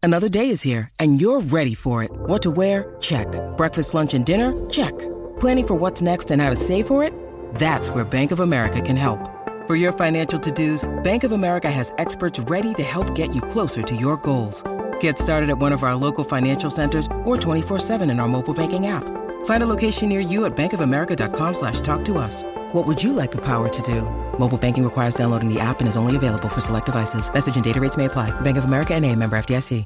Another day is here, and you're ready for it. What to wear? Check. Breakfast, lunch, and dinner? Check. Planning for what's next and how to save for it? That's where Bank of America can help. For your financial to-dos, Bank of America has experts ready to help get you closer to your goals. Get started at one of our local financial centers or 24/7 in our mobile banking app. Find a location near you at bankofamerica.com/talktous. What would you like the power to do? Mobile banking requires downloading the app and is only available for select devices. Message and data rates may apply. Bank of America N.A., member FDIC.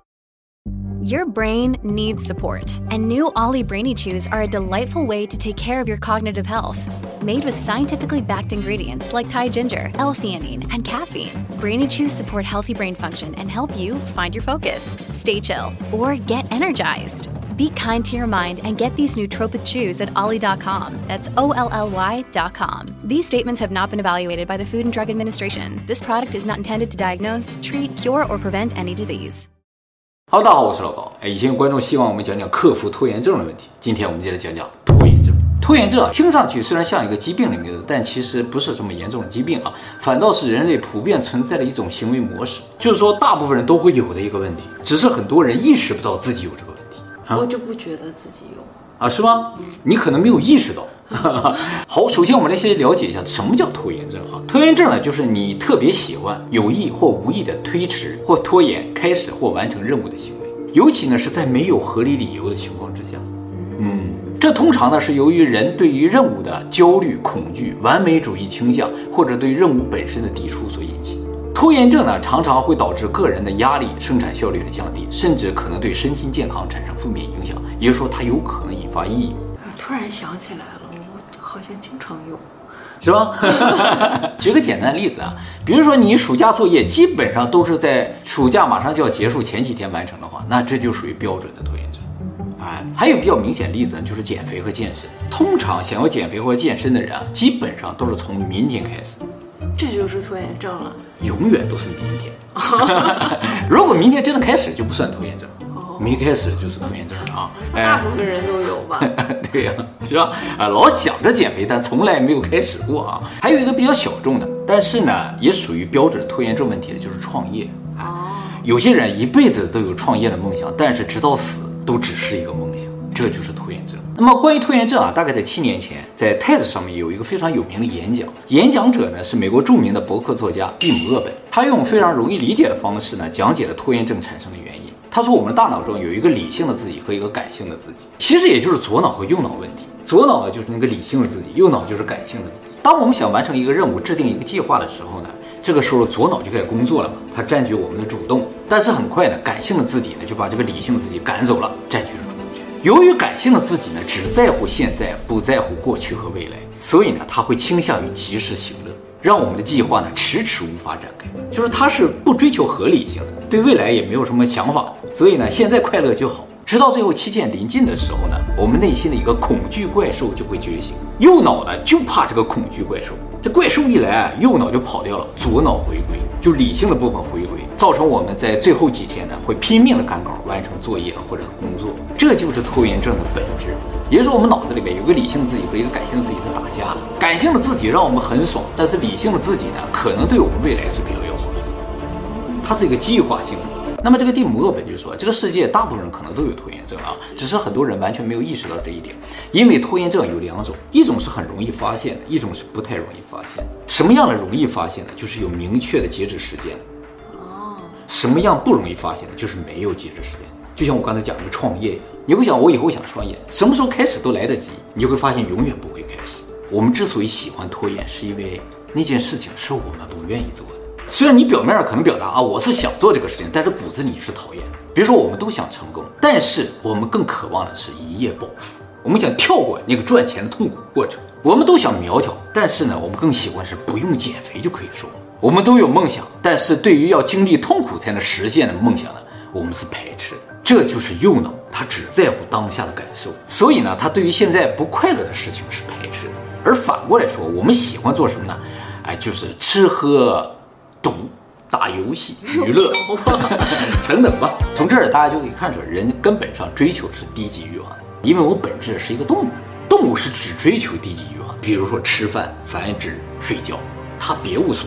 Your brain needs support, and new Ollie Brainy Chews are a delightful way to take care of your cognitive health. Made with scientifically backed ingredients like Thai ginger, L-theanine, and caffeine, Brainy Chews support healthy brain function and help you find your focus, stay chill, or get energized. Be kind to your mind and get these nootropic chews at ollie.com. That's OLLY.com. These statements have not been evaluated by the Food and Drug Administration. This product is not intended to diagnose, treat, cure, or prevent any disease. Hello， 大家好，我是老高。以前有观众希望我们讲讲克服拖延症的问题，今天我们接着讲讲拖延症。拖延症听上去虽然像一个疾病的名字，但其实不是这么严重的疾病啊，反倒是人类普遍存在的一种行为模式，就是说大部分人都会有的一个问题，只是很多人意识不到自己有这个问题。 我就不觉得自己有啊，是吗？你可能没有意识到。好，首先我们来先了解一下什么叫拖延症啊？拖延症呢，就是你特别喜欢有意或无意的推迟或拖延开始或完成任务的行为，尤其呢是在没有合理理由的情况之下。这通常呢是由于人对于任务的焦虑、恐惧、完美主义倾向，或者对任务本身的抵触所引起。拖延症呢常常会导致个人的压力、生产效率的降低，甚至可能对身心健康产生负面影响，也就是说它有可能引发抑郁。 突然想起来了，我好像经常有， 是吧？举个简单的例子啊，比如说你暑假作业基本上都是在暑假马上就要结束前几天完成的话，那这就属于标准的拖延症。还有比较明显的例子呢，就是减肥和健身。通常想要减肥或者健身的人啊，基本上都是从明天开始。 这就是拖延症了， 永远都是明天。如果明天真的开始，就不算拖延症。没开始就是拖延症啊！ 大部分人都有吧？ 对呀，是吧？老想着减肥，但从来没有开始过啊。还有一个比较小众的，但是呢，也属于标准拖延症问题的，就是创业。有些人一辈子都有创业的梦想，但是直到死都只是一个梦想，这就是拖延症。那么关于拖延症啊，大概在7年前，在 TED 上面有一个非常有名的演讲，演讲者呢是美国著名的博客作家蒂姆·厄本，他用非常容易理解的方式呢，讲解了拖延症产生的原因。他说我们大脑中有一个理性的自己和一个感性的自己，其实也就是左脑和右脑问题。左脑呢就是那个理性的自己，右脑就是感性的自己。当我们想完成一个任务、制定一个计划的时候呢，这个时候左脑就开始工作了嘛，它占据我们的主动。但是很快呢，感性的自己呢就把这个理性的自己赶走了，占据了主动权。由于感性的自己呢只在乎现在，不在乎过去和未来，所以呢他会倾向于及时行乐，让我们的计划呢迟迟无法展开。就是他是不追求合理性的，对未来也没有什么想法的，所以呢现在快乐就好。直到最后期限临近的时候呢，我们内心的一个恐惧怪兽就会觉醒，右脑呢就怕这个恐惧怪兽，这怪兽一来，右脑就跑掉了，左脑回归，就理性的部分回归，造成我们在最后几天呢会拼命的赶稿完成作业或者工作，这就是拖延症的本质。也就是说我们脑子里面有个理性自己和一个感性自己在打架，感性的自己让我们很爽，但是理性的自己呢可能对我们未来是比较有好处的，它是一个计划性的。那么这个蒂姆·厄本就说，这个世界大部分人可能都有拖延症啊，只是很多人完全没有意识到这一点。因为拖延症有2种，一种是很容易发现的，一种是不太容易发现的。什么样的容易发现呢？就是有明确的截止时间的。什么样不容易发现的？就是没有截止时间。就像我刚才讲的创业一样，你会想我以后想创业，什么时候开始都来得及，你就会发现永远不会开始。我们之所以喜欢拖延，是因为那件事情是我们不愿意做的。虽然你表面上可能表达我是想做这个事情，但是骨子里是讨厌。比如说我们都想成功，但是我们更渴望的是一夜暴富，我们想跳过那个赚钱的痛苦过程。我们都想苗条，但是呢我们更喜欢是不用减肥就可以瘦。我们都有梦想，但是对于要经历痛苦才能实现的梦想呢，我们是排斥的。这就是右脑，它只在乎当下的感受，所以呢它对于现在不快乐的事情是排斥的。而反过来说，我们喜欢做什么呢？就是吃喝赌、打游戏、娱乐等等吧。从这儿大家就可以看出来，人根本上追求是低级欲望的，因为我本质是一个动物，动物是只追求低级欲望，比如说吃饭、繁殖、睡觉，它别无所求。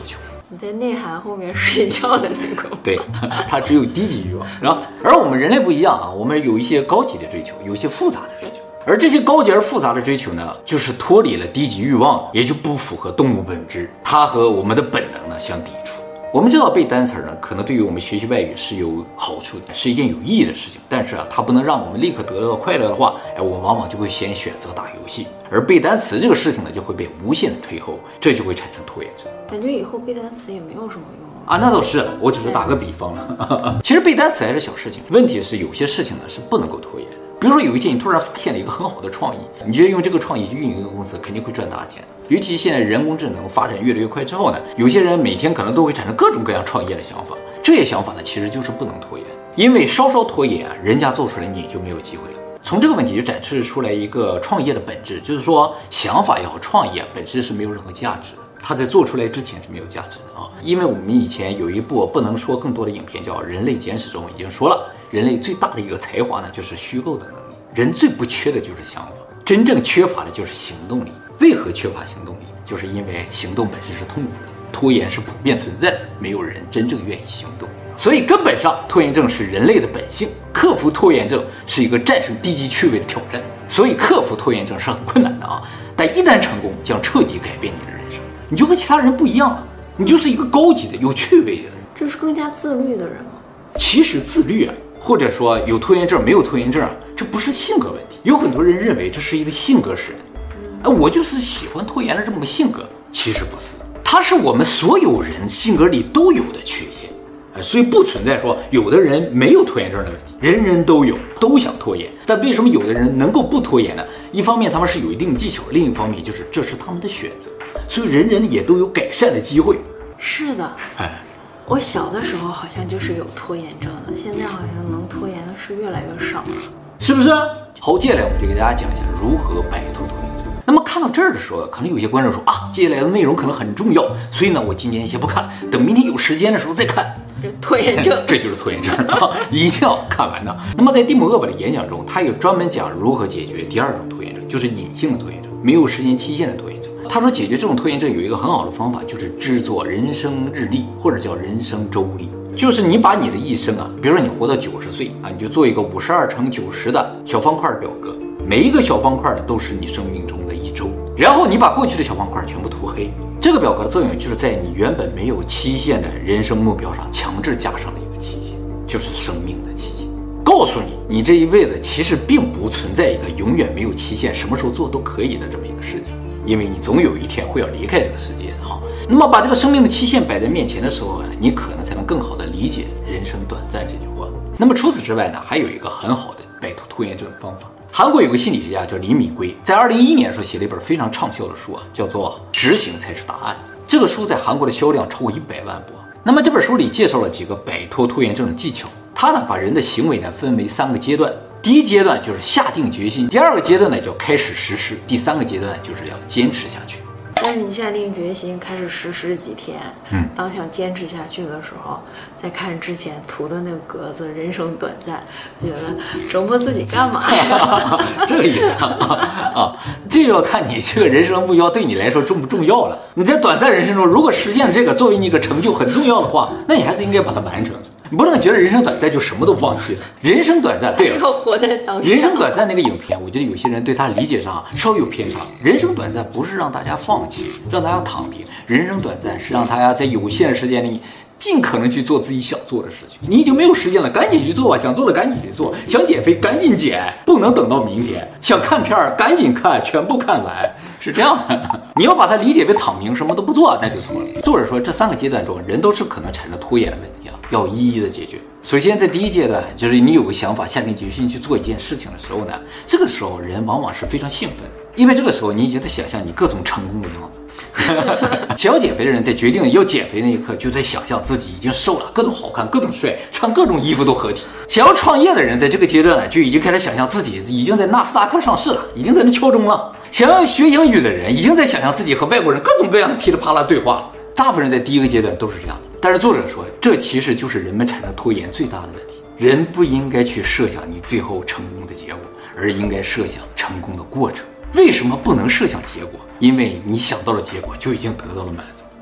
你在内涵后面睡觉的那个。 对，它只有低级欲望。然后，而我们人类不一样啊，我们有一些高级的追求，有一些复杂的追求。而这些高级而复杂的追求呢，就是脱离了低级欲望，也就不符合动物本质，它和我们的本能呢相抵触。我们知道背单词呢，可能对于我们学习外语是有好处的，是一件有意义的事情。但是啊，它不能让我们立刻得到快乐的话，我们往往就会先选择打游戏，而背单词这个事情呢，就会被无限的推后，这就会产生拖延症。 感觉以后背单词也没有什么用啊，那倒是，我只是打个比方了。其实背单词还是小事情，问题是有些事情呢是不能够拖延的。比如说有一天你突然发现了一个很好的创意，你觉得用这个创意去运营一个公司肯定会赚大钱。尤其现在人工智能发展越来越快之后呢，有些人每天可能都会产生各种各样创业的想法，这些想法呢其实就是不能拖延，因为稍稍拖延啊，人家做出来你就没有机会了。从这个问题就展示出来一个创业的本质，就是说想法也好，创业本质是没有任何价值的，它在做出来之前是没有价值的啊。因为我们以前有一部不能说更多的影片叫《人类简史》中已经说了，人类最大的一个才华呢就是虚构的能力，人最不缺的就是想法，真正缺乏的就是行动力。为何缺乏行动力？就是因为行动本身是痛苦的，拖延是普遍存在的，没有人真正愿意行动。所以根本上拖延症是人类的本性，克服拖延症是一个战胜低级趣味的挑战。所以克服拖延症是很困难的啊，但一旦成功，将彻底改变你的人生，你就跟其他人不一样了，你就是一个高级的有趣味的人。 这是更加自律的人吗？ 其实自律啊，或者说有拖延症没有拖延症啊，这不是性格问题。有很多人认为这是一个性格使然，我就是喜欢拖延的这么个性格，其实不是，它是我们所有人性格里都有的缺陷。所以不存在说有的人没有拖延症的问题，人人都有，都想拖延。但为什么有的人能够不拖延呢？一方面他们是有一定技巧，另一方面就是这是他们的选择，所以人人也都有改善的机会。 是的，我小的时候好像就是有拖延症的，现在好像能拖延的是越来越少了， 是不是？好，接下来我们就给大家讲一下如何摆脱拖延症。那么看到这儿的时候，可能有些观众说啊，接下来的内容可能很重要，所以呢，我今天先不看，等明天有时间的时候再看。 这拖延症， 这就是拖延症啊，一定要看完的。那么在蒂姆·厄伯的演讲中，他也专门讲如何解决第二种拖延症，就是隐性的拖延症，没有时间期限的拖延症。他说解决这种拖延症有一个很好的方法，就是制作人生日历，或者叫人生周历。就是你把你的一生啊，比如说你活到90岁啊，你就做一个52×90的小方块表格，每一个小方块都是你生命中的一周，然后你把过去的小方块全部涂黑。这个表格的作用就是在你原本没有期限的人生目标上强制加上了一个期限，就是生命的期限，告诉你你这一辈子其实并不存在一个永远没有期限，什么时候做都可以的这么一个事情，因为你总有一天会要离开这个世界啊。那么把这个生命的期限摆在面前的时候呢，你可能才能更好的理解人生短暂这句话。那么除此之外呢，还有一个很好的摆脱拖延症的方法。韩国有个心理学家叫李敏圭，在2011年的时候写了一本非常畅销的书啊，叫做《执行才是答案》。这个书在韩国的销量超过100万部。那么这本书里介绍了几个摆脱拖延症的技巧。他呢把人的行为呢分为3个阶段，第一阶段就是下定决心，第2个阶段呢叫开始实施，第3个阶段就是要坚持下去。 但是你下定决心开始实施几天，当想坚持下去的时候，再看之前涂的那个格子人生短暂，觉得折磨自己干嘛呀？ 这个意思啊，这就要看你这个人生目标对你来说重不重要了。你在短暂人生中，如果实现这个作为你一个成就很重要的话，那你还是应该把它完成。你不能觉得人生短暂就什么都放弃了。人生短暂，对了， 要活在当下。 人生短暂那个影片，我觉得有些人对他理解上稍有偏差。人生短暂不是让大家放弃，让大家躺平。人生短暂是让大家在有限时间里尽可能去做自己想做的事情。你已经没有时间了，赶紧去做吧，想做的赶紧去做，想减肥赶紧减，不能等到明天。想看片儿赶紧看，全部看完。是这样的，你要把它理解为躺平，什么都不做，那就错了。作者说，这3个阶段中，人都是可能产生拖延的问题啊，要一一的解决。首先，在第一阶段，就是你有个想法，下定决心去做一件事情的时候呢，这个时候人往往是非常兴奋的，因为这个时候你已经在想象你各种成功的样子。想要减肥的人在决定要减肥那一刻，就在想象自己已经瘦了，各种好看，各种帅，穿各种衣服都合体。想要创业的人在这个阶段呢，就已经开始想象自己已经在纳斯达克上市了，已经在那敲钟了。想要学英语的人已经在想象自己和外国人各种各样的噼里啪啦对话。大部分人在第一个阶段都是这样的，但是作者说，这其实就是人们产生拖延最大的问题。人不应该去设想你最后成功的结果，而应该设想成功的过程。为什么不能设想结果？因为你想到了结果就已经得到了满足。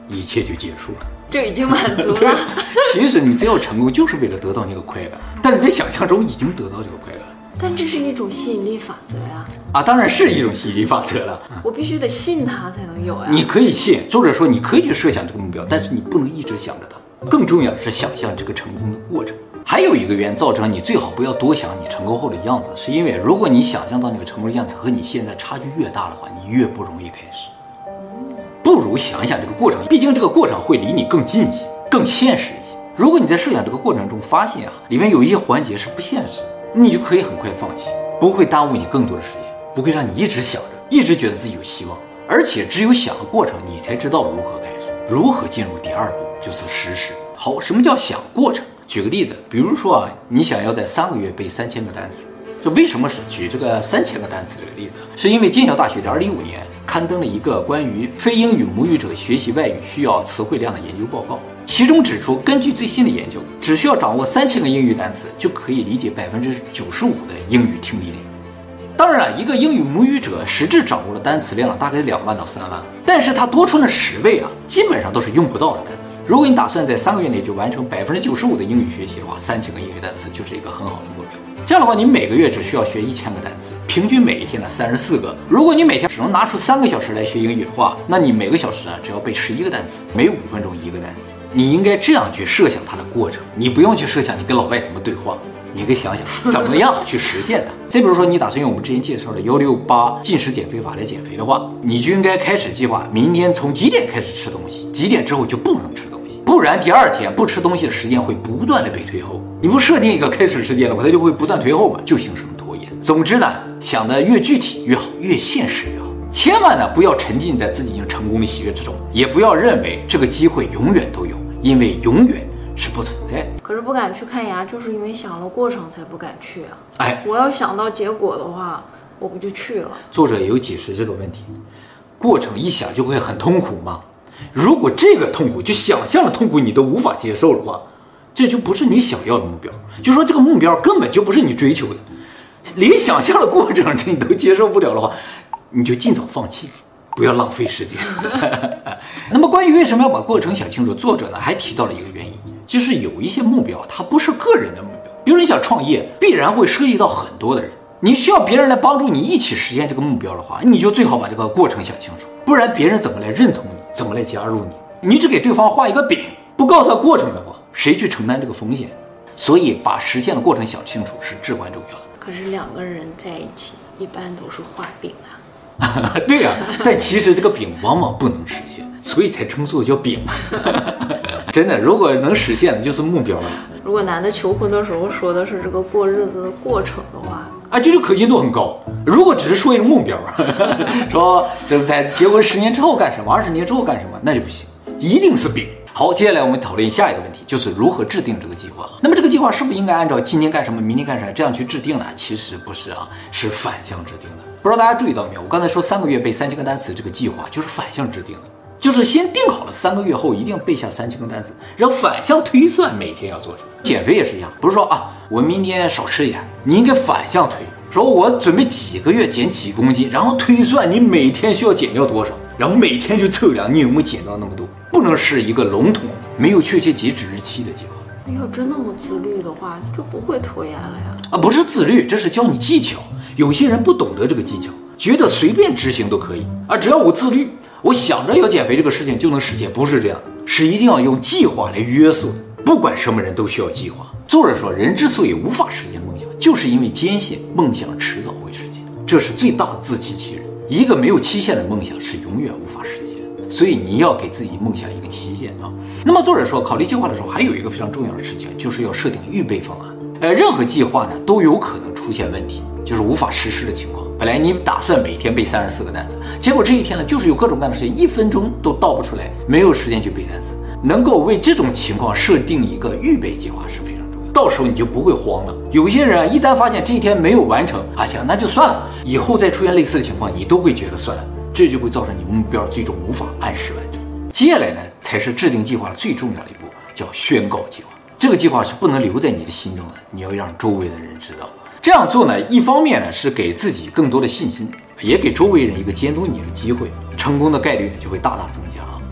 一切就结束了， 就已经满足了。 其实你最后成功就是为了得到那个快感，但是在想象中已经得到这个快感。 但这是一种吸引力法则呀！ 啊，当然是一种吸引力法则了。 我必须得信它才能有呀。 你可以信，或者说你可以去设想这个目标，但是你不能一直想着它。更重要的是想象这个成功的过程。还有一个原因造成你最好不要多想你成功后的样子，是因为如果你想象到那个成功的样子和你现在差距越大的话，你越不容易开始。不如想一想这个过程，毕竟这个过程会离你更近一些，更现实一些。如果你在设想这个过程中发现里面有一些环节是不现实，你就可以很快放弃，不会耽误你更多的时间，不会让你一直想着，一直觉得自己有希望。而且只有想的过程，你才知道如何开始，如何进入第二步，就是实施。好，什么叫想过程？举个例子，比如说你想要在3个月背3000个单词，这为什么是举这个3000个单词这个例子？是因为剑桥大学在2015年刊登了一个关于非英语母语者学习外语需要词汇量的研究报告，其中指出，根据最新的研究，只需要掌握3000个英语单词，就可以理解95%的英语听力内容。当然了，一个英语母语者实质掌握的单词量大概2万到3万，但是他多出那10倍基本上都是用不到的单词。如果你打算在3个月内就完成95%的英语学习的话，3000个英语单词就是一个很好的目标。这样的话，你每个月只需要学1000个单词，平均每一天34个。如果你每天只能拿出3个小时来学英语的话，那你每个小时只要背11个单词，每5分钟1个单词。你应该这样去设想它的过程，你不用去设想你跟老外怎么对话，你应该想想怎么样去实现它。再比如说，你打算用我们之前介绍的168禁食减肥法来减肥的话，你就应该开始计划明天从几点开始吃东西，几点之后就不能吃东西，不然第2天不吃东西的时间会不断的被推后。你不设定一个开始时间的话，它就会不断推后嘛，就形成拖延。总之呢，想的越具体越好，越现实越好。千万不要沉浸在自己已经成功的喜悦之中，也不要认为这个机会永远都有，因为永远是不存在的。 可是不敢去看牙，就是因为想了过程才不敢去啊。我要想到结果的话，我不就去了？ 作者也有解释这个问题，过程一想就会很痛苦吗？如果这个痛苦就想象的痛苦你都无法接受的话，这就不是你想要的目标，就说这个目标根本就不是你追求的，连想象的过程你都接受不了的话，你就尽早放弃，不要浪费时间。那么关于为什么要把过程想清楚，作者呢还提到了一个原因，就是有一些目标它不是个人的目标，比如你想创业，必然会涉及到很多的人，你需要别人来帮助你一起实现这个目标的话，你就最好把这个过程想清楚，不然别人怎么来认同你，怎么来加入你？你只给对方画一个饼，不告诉他过程的话，谁去承担这个风险？所以把实现的过程想清楚是至关重要的。 可是2个人在一起一般都是画饼对呀，但其实这个饼往往不能实现，所以才称作叫饼。真的，如果能实现的就是目标了。 如果男的求婚的时候说的是这个过日子的过程的话， 这就可信度很高。如果只是说一个目标，说这在结婚10年之后干什么，20年之后干什么，那就不行，一定是饼。好，接下来我们讨论下一个问题，就是如何制定这个计划。那么这个计划是不是应该按照今天干什么，明天干什么这样去制定呢？其实不是是反向制定的。不知道大家注意到没有？我刚才说3个月背3000个单词这个计划就是反向制定的，就是先定好了3个月后一定要背下3000个单词，然后反向推算每天要做什么。减肥也是一样，不是说我明天少吃一点，你应该反向推，说我准备几个月减几公斤，然后推算你每天需要减掉多少，然后每天去测量你有没有减到那么多，不能是一个笼统的没有确切截止日期的计划。 要真那么自律的话，就不会拖延了呀。 不是自律，这是教你技巧。有些人不懂得这个技巧，觉得随便执行都可以只要我自律，我想着要减肥这个事情就能实现，不是这样的，是一定要用计划来约束的。不管什么人都需要计划。作者说，人之所以无法实现梦想，就是因为坚信梦想迟早会实现，这是最大的自欺欺人。一个没有期限的梦想是永远无法实现的，所以你要给自己梦想一个期限那么作者说，考虑计划的时候还有一个非常重要的事情，就是要设定预备方案。任何计划呢都有可能出现问题，就是无法实施的情况。本来你打算每天背34个单词，结果这一天呢就是有各种各样的事情，1分钟都倒不出来，没有时间去背单词。能够为这种情况设定一个预备计划是非常重要，到时候你就不会慌了。有些人一旦发现这一天没有完成行，那就算了，以后再出现类似的情况你都会觉得算了，这就会造成你目标最终无法按时完成。接下来呢才是制定计划最重要的一步，叫宣告计划。这个计划是不能留在你的心中的，你要让周围的人知道。这样做呢，一方面呢是给自己更多的信心，也给周围人一个监督你的机会，成功的概率呢就会大大增加。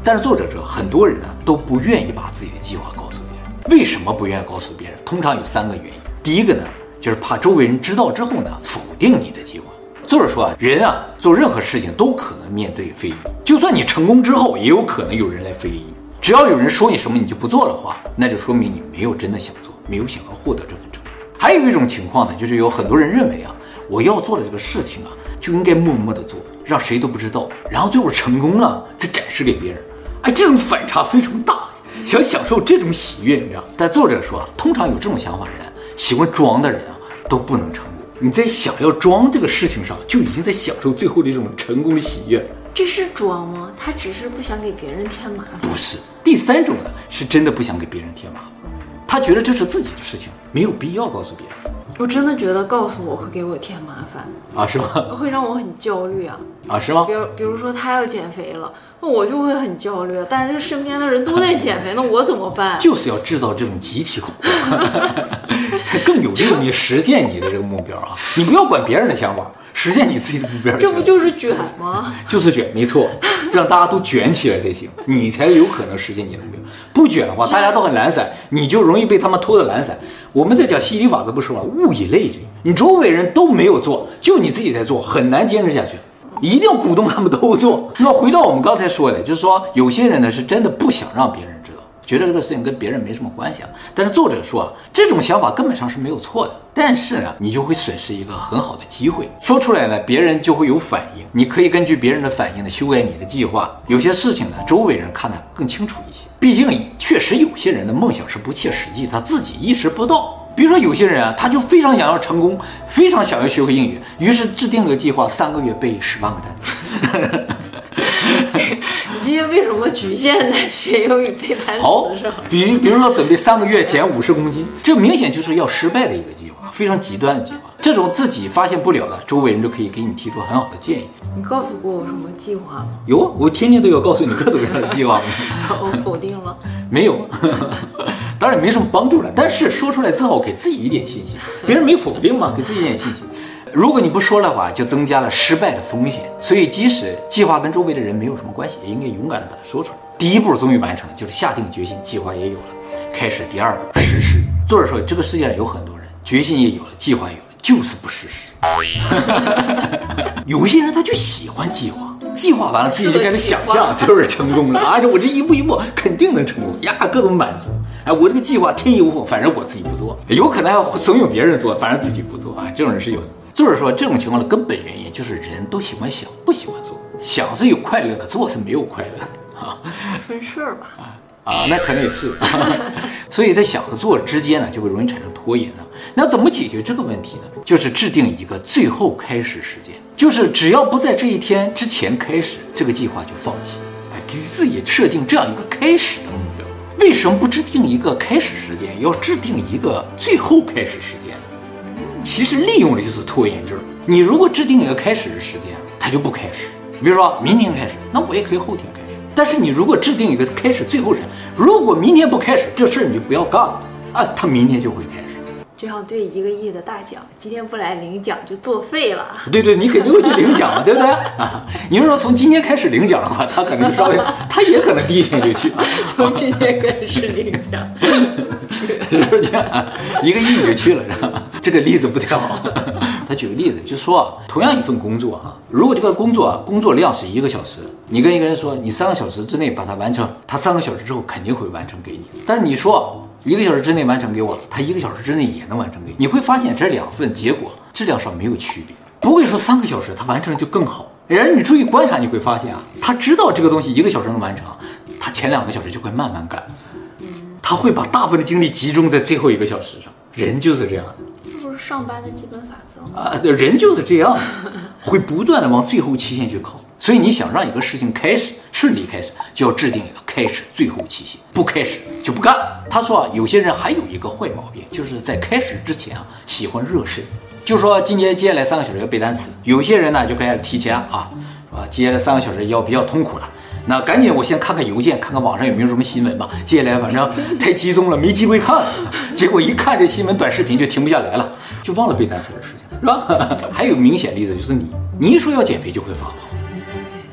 但是作者说，很多人呢都不愿意把自己的计划告诉别人。为什么不愿意告诉别人？通常有3个原因。第一个呢，就是怕周围人知道之后呢否定你的计划。作者说啊，人啊做任何事情都可能面对非议，就算你成功之后，也有可能有人来非议你。只要有人说你什么你就不做的话，那就说明你没有真的想做，没有想要获得这份成功。还有一种情况呢，就是有很多人认为啊，我要做的这个事情啊，就应该默默的做，让谁都不知道，然后最后成功了再展示给别人。哎，这种反差非常大，想享受这种喜悦，你知道？但作者说啊，通常有这种想法的人，喜欢装的人啊，都不能成功。你在想要装这个事情上，就已经在享受最后的这种成功的喜悦。 这是装吗？他只是不想给别人添麻烦。 不是。第3种呢，是真的不想给别人添麻烦，他觉得这是自己的事情，没有必要告诉别人。 我真的觉得告诉我会给我添麻烦啊？是吗？ 会让我很焦虑啊。 啊，是吗？ 比如说他要减肥了，那我就会很焦虑，但是身边的人都在减肥，那我怎么办？ 就是要制造这种集体恐慌，才更有利于你实现你的这个目标啊！你不要管别人的想法，实现你自己的目标。 这不就是卷吗？ 就是卷，没错，让大家都卷起来才行，你才有可能实现你的目标。不卷的话，大家都很懒散，你就容易被他们拖得懒散。我们在讲吸引力法则不是吗？物以类聚，你周围人都没有做，就你自己在做，很难坚持下去。一定要鼓动他们都做。那么回到我们刚才说的，就是说有些人呢是真的不想让别人知道，觉得这个事情跟别人没什么关系啊。但是作者说啊，这种想法根本上是没有错的，但是呢，你就会损失一个很好的机会。说出来呢，别人就会有反应，你可以根据别人的反应呢修改你的计划。有些事情呢，周围人看得更清楚一些。毕竟确实有些人的梦想是不切实际，他自己意识不到。比如说有些人啊，他就非常想要成功，非常想要学会英语，于是制定了个计划，3个月背10万个单词。 你今天为什么局限在学英语背单词上？ 好，比如说准备3个月减50公斤，这明显就是要失败的一个计划，非常极端的计划。这种自己发现不了的，周围人就可以给你提出很好的建议。 你告诉过我什么计划吗？ 有啊，我天天都要告诉你各种各样的计划。 我否定了。 没有，当然没什么帮助了。但是说出来之后，给自己一点信心。别人没否定嘛，给自己一点信心。如果你不说的话，就增加了失败的风险。所以即使计划跟周围的人没有什么关系，也应该勇敢的把它说出来。第一步终于完成了，就是下定决心，计划也有了，开始第2步实施。作者说，这个世界上有很多人决心也有了，计划有了，就是不实施。有些人他就喜欢计划，计划完了自己就开始想象，就是成功了啊！我这一步一步肯定能成功呀，各种满足。哎，我这个计划天衣无缝，反正我自己不做，有可能还要怂恿别人做，反正自己不做啊。这种人是有的。作者说，这种情况的根本原因就是人都喜欢想，不喜欢做。想是有快乐的，做是没有快乐的啊。 分事儿吧。 那可能也是。所以在想和做之间呢，就会容易产生拖延呢。那怎么解决这个问题呢？就是制定一个最后开始时间，就是只要不在这一天之前开始，这个计划就放弃。哎，给自己设定这样一个开始的目标。为什么不制定一个开始时间，要制定一个最后开始时间呢？其实利用的就是拖延症。你如果制定一个开始的时间，它就不开始。比如说明天开始，那我也可以后天开始。但是你如果制定一个开始最后时间，如果明天不开始，这事儿你就不要干了啊，他明天就会开始。 就像对1个亿的大奖，今天不来领奖就作废了。 对，你肯定会去领奖了，对不对啊？你说从今天开始领奖的话，他可能稍微，他也可能第一天就去。 从今天开始领奖， 是不是这样？1个亿你就去了，是吧？这个例子不太好。他举个例子，就说啊，同样一份工作哈，如果这个工作工作量是1个小时，你跟一个人说你3个小时之内把它完成，他3个小时之后肯定会完成给你。但是你说1个小时之内完成给我，他1个小时之内也能完成给你，你会发现这2份结果质量上没有区别，不会说3个小时他完成就更好。然而你注意观察，你会发现啊，他知道这个东西1个小时能完成，他前2个小时就会慢慢干，他会把大部分的精力集中在最后1个小时上。人就是这样的。 这不是上班的基本法则吗？人就是这样，会不断的往最后期限去靠。所以你想让一个事情开始顺利开始，就要制定一个开始最后期限，不开始就不干。他说啊，有些人还有一个坏毛病，就是在开始之前啊喜欢热身，就说接下来3个小时要背单词。有些人呢就开始提前接下来3个小时要比较痛苦了。那赶紧我先看看邮件，看看网上有没有什么新闻吧。接下来反正太集中了，没机会看了。结果一看这新闻短视频就停不下来了，就忘了背单词的事情，是吧？还有明显例子就是你一说要减肥就会发胖。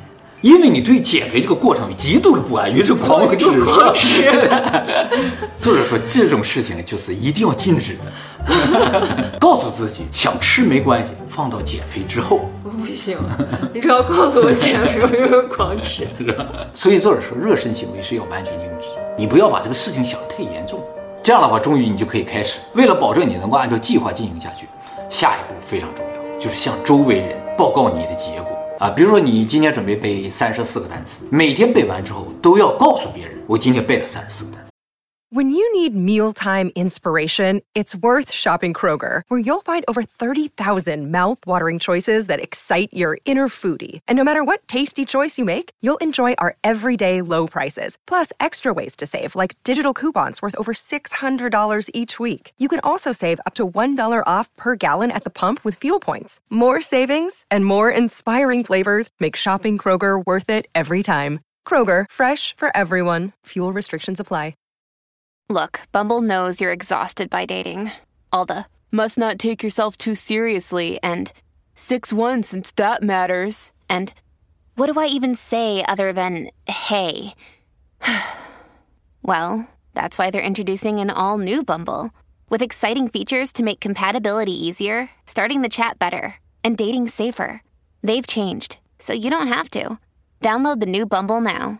因为你对减肥这个过程极度的不安，于是狂吃。作者说这种事情就是一定要禁止的，告诉自己想吃没关系，放到减肥之后。 不行，你只要告诉我减肥，我就会狂吃。 所以作者说热身行为是要完全禁止，你不要把这个事情想得太严重。这样的话，终于你就可以开始。为了保证你能够按照计划进行下去，下一步非常重要，就是向周围人报告你的结果啊。比如说你今天准备背34个单词，每天背完之后都要告诉别人，我今天背了34个单词。 When you need mealtime inspiration, it's worth shopping Kroger, where you'll find over 30,000 mouth-watering choices that excite your inner foodie. And no matter what tasty choice you make, you'll enjoy our everyday low prices, plus extra ways to save, like digital coupons worth over $600 each week. You can also save up to $1 off per gallon at the pump with fuel points. More savings and more inspiring flavors make shopping Kroger worth it every time. Kroger, fresh for everyone. Fuel restrictions apply. Look, Bumble knows you're exhausted by dating. All the, must not take yourself too seriously, and 6'1" since that matters, and what do I even say other than, hey? Well, that's why they're introducing an all-new Bumble, with exciting features to make compatibility easier, starting the chat better, and dating safer. They've changed, so you don't have to. Download the new Bumble now.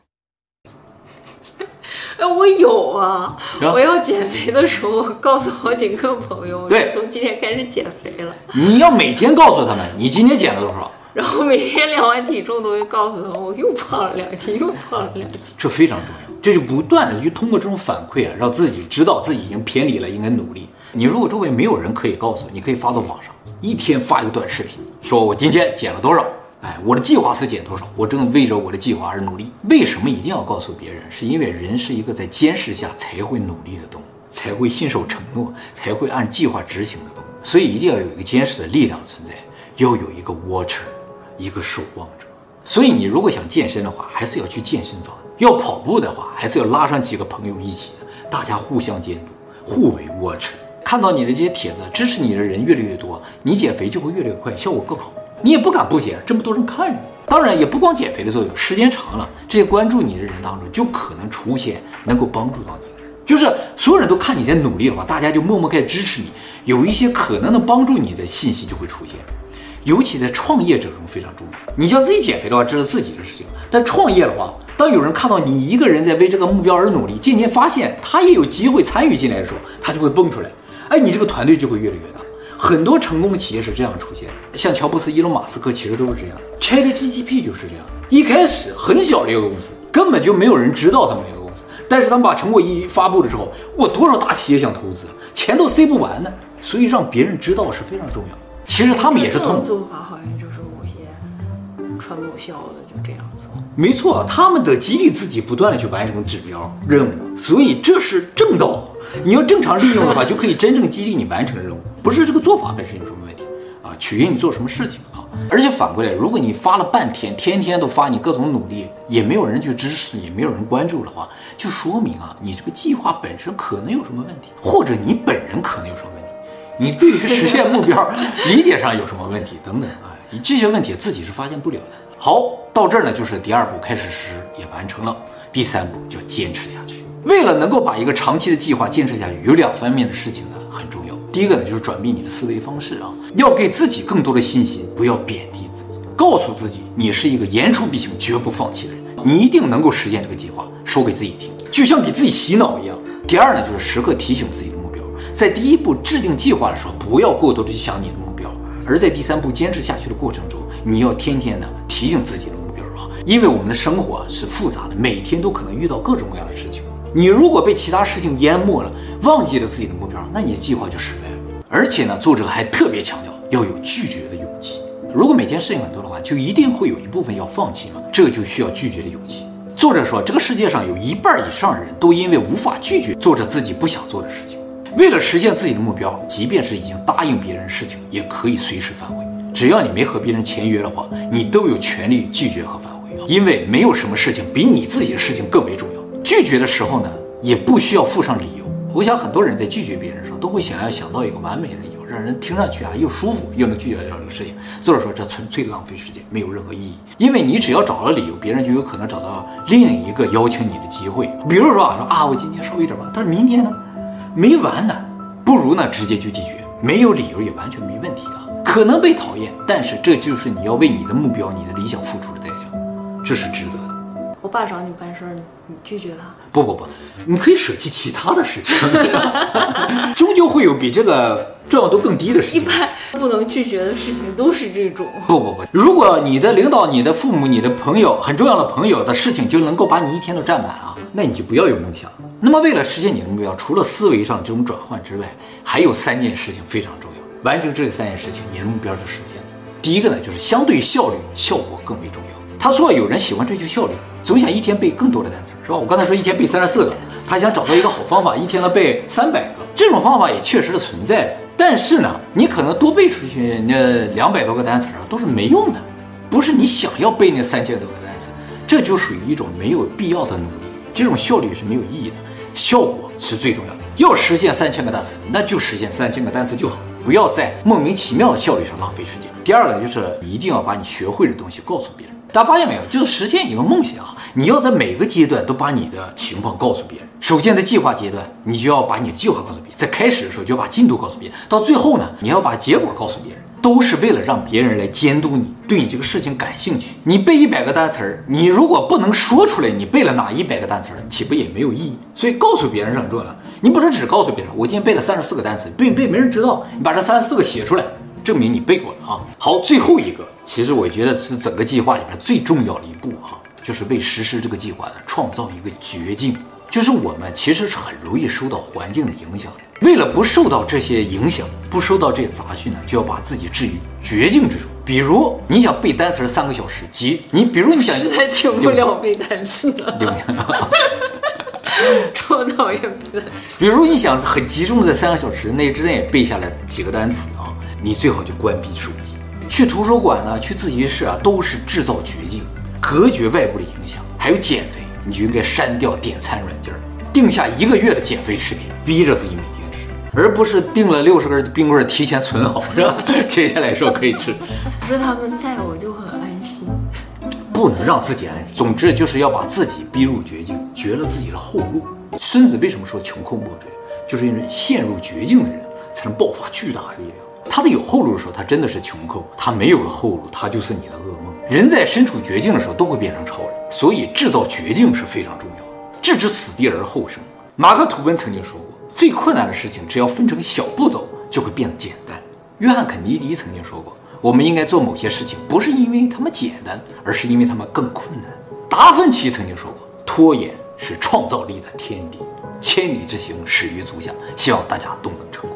我有啊，我要减肥的时候告诉好几个朋友， 对， 从今天开始减肥了。 你要每天告诉他们你今天减了多少， 然后每天量完体重都会告诉他们我又胖了2斤，又胖了2斤。 这非常重要，这就不断的去通过这种反馈啊，让自己知道自己已经偏离了，应该努力。你如果周围没有人可以告诉你，可以发到网上，一天发一个短视频，说我今天减了多少。我的计划是减多少，我正为着我的计划而努力。为什么一定要告诉别人？是因为人是一个在监视下才会努力的动物，才会信守承诺，才会按计划执行的动物。所以一定要有一个监视的力量存在，要有一个 watcher， 一个守望者。所以你如果想健身的话，还是要去健身房；要跑步的话，还是要拉上几个朋友一起的，大家互相监督，互为 watcher。看到你的这些帖子，支持你的人越来越多，你减肥就会越来越快，效果更好。你也不敢不减，这么多人看着你。当然也不光减肥的作用，时间长了，这些关注你的人当中就可能出现能够帮助到你的人。就是所有人都看你在努力的话，大家就默默开始支持你，有一些可能能帮助你的信息就会出现。尤其在创业者中非常重要。你像自己减肥的话，这是自己的事情；但创业的话，当有人看到你一个人在为这个目标而努力，渐渐发现他也有机会参与进来的时候，他就会蹦出来。你这个团队就会越来越大。很多成功的企业是这样出现的，像乔布斯、伊隆马斯克其实都是这样。ChatGPT 就是这样，一开始很小的一个公司，根本就没有人知道他们这个公司，但是他们把成果一发布了之后，多少大企业想投资，钱都塞不完呢。所以让别人知道是非常重要的。其实他们也是通过做法，好像就是某些传某校的就这样做。 没错，他们得激励自己不断的去完成指标任务，所以这是正道。你要正常利用的话，就可以真正激励你完成任务，不是这个做法本身有什么问题啊，取决于你做什么事情啊。而且反过来，如果你发了半天，天天都发你各种努力，也没有人去支持，也没有人关注的话，就说明啊，你这个计划本身可能有什么问题，或者你本人可能有什么问题，你对于实现目标理解上有什么问题等等啊，这些问题自己是发现不了的。好，到这儿呢，就是第2步开始实施也完成了，第3步就坚持下去。为了能够把一个长期的计划坚持下去，有2方面的事情呢很重要。第一个呢，就是转变你的思维方式啊，要给自己更多的信心，不要贬低自己，告诉自己你是一个言出必行、绝不放弃的人，你一定能够实现这个计划，说给自己听，就像给自己洗脑一样。第2呢，就是时刻提醒自己的目标，在第1步制定计划的时候，不要过多的去想你的目标，而在第3步坚持下去的过程中，你要天天的提醒自己的目标啊，因为我们的生活是复杂的，每天都可能遇到各种各样的事情。你如果被其他事情淹没了，忘记了自己的目标，那你的计划就失败了。而且呢，作者还特别强调要有拒绝的勇气。如果每天事情很多的话，就一定会有一部分要放弃嘛，这就需要拒绝的勇气。作者说，这个世界上有1半以上的人都因为无法拒绝做着自己不想做的事情。为了实现自己的目标，即便是已经答应别人的事情，也可以随时反悔。只要你没和别人签约的话，你都有权利拒绝和反悔，因为没有什么事情比你自己的事情更为重要。拒绝的时候呢，也不需要附上理由。我想很多人在拒绝别人的时候，都会想到一个完美的理由， 让人听上去又舒服，又能拒绝掉这个事情。作者说这纯粹浪费时间，没有任何意义。因为你只要找到理由，别人就有可能找到另一个邀请你的机会。比如说我今天稍微一点吧，但是明天呢，没完呢，不如呢直接就拒绝，没有理由也完全没问题啊。可能被讨厌，但是这就是你要为你的目标、你的理想付出的代价，这是值得的。 我爸找你办事儿，你拒绝他？ 不，你可以舍弃其他的事情，终究会有比这个重要度更低的事情。 一般不能拒绝的事情都是这种。 不，如果你的领导、你的父母、你的朋友，很重要的朋友的事情就能够把你一天都占满那你就不要有梦想。那么为了实现你的目标，除了思维上这种转换之外，还有3件事情非常重要。完成这3件事情，你的目标就实现了。第一个呢，就是相对于效率，效果更为重要。他说有人喜欢追求效率，总想一天背更多的单词，是吧？我刚才说一天背34个，他想找到一个好方法，一天呢背300个。这种方法也确实是存在的，但是呢，你可能多背出去那200多个单词都是没用的，不是你想要背那3000多个单词，这就属于一种没有必要的努力，这种效率是没有意义的，效果是最重要的。要实现3000个单词，那就实现3000个单词就好，不要在莫名其妙的效率上浪费时间。第二个呢，就是你一定要把你学会的东西告诉别人。大家发现没有？就是实现一个梦想，你要在每个阶段都把你的情况告诉别人。首先在计划阶段，你就要把你的计划告诉别人；在开始的时候就要把进度告诉别人；到最后呢，你要把结果告诉别人，都是为了让别人来监督你，对你这个事情感兴趣。你背100个单词，你如果不能说出来你背了哪100个单词，岂不也没有意义？所以告诉别人是很重要的。你不能只告诉别人，我今天背了34个单词，背没人知道，你把这34个写出来，证明你背过了好，最后一个，其实我觉得是整个计划里边最重要的一步就是为实施这个计划的创造一个绝境。就是我们其实是很容易受到环境的影响的，为了不受到这些影响，不受到这些杂讯呢，就要把自己置于绝境之中。比如你想背单词3个小时，比如你想实在听不了背单词了， 对不对？ 超讨厌背单词。 比如你想很集中的在3个小时内之内背下来几个单词你最好就关闭手机，去图书馆去自习室都是制造绝境，隔绝外部的影响。还有减肥，你就应该删掉点餐软件，定下1个月的减肥视频，逼着自己每天吃，而不是定了60根冰棍提前存好，是吧？接下来说可以吃。 可是他们在我就很安心， 不能让自己安心。总之就是要把自己逼入绝境，绝了自己的后路。孙子为什么说穷寇莫追？就是因为陷入绝境的人才能爆发巨大的力量。他的有后路的时候，他真的是穷寇；他没有了后路，他就是你的噩梦。人在身处绝境的时候，都会变成超人，所以制造绝境是非常重要的。置之死地而后生。马克·吐温曾经说过，最困难的事情只要分成小步骤，就会变得简单。约翰·肯尼迪曾经说过，我们应该做某些事情，不是因为它们简单，而是因为它们更困难。达芬奇曾经说过，拖延是创造力的天敌，千里之行始于足下。希望大家都能成功。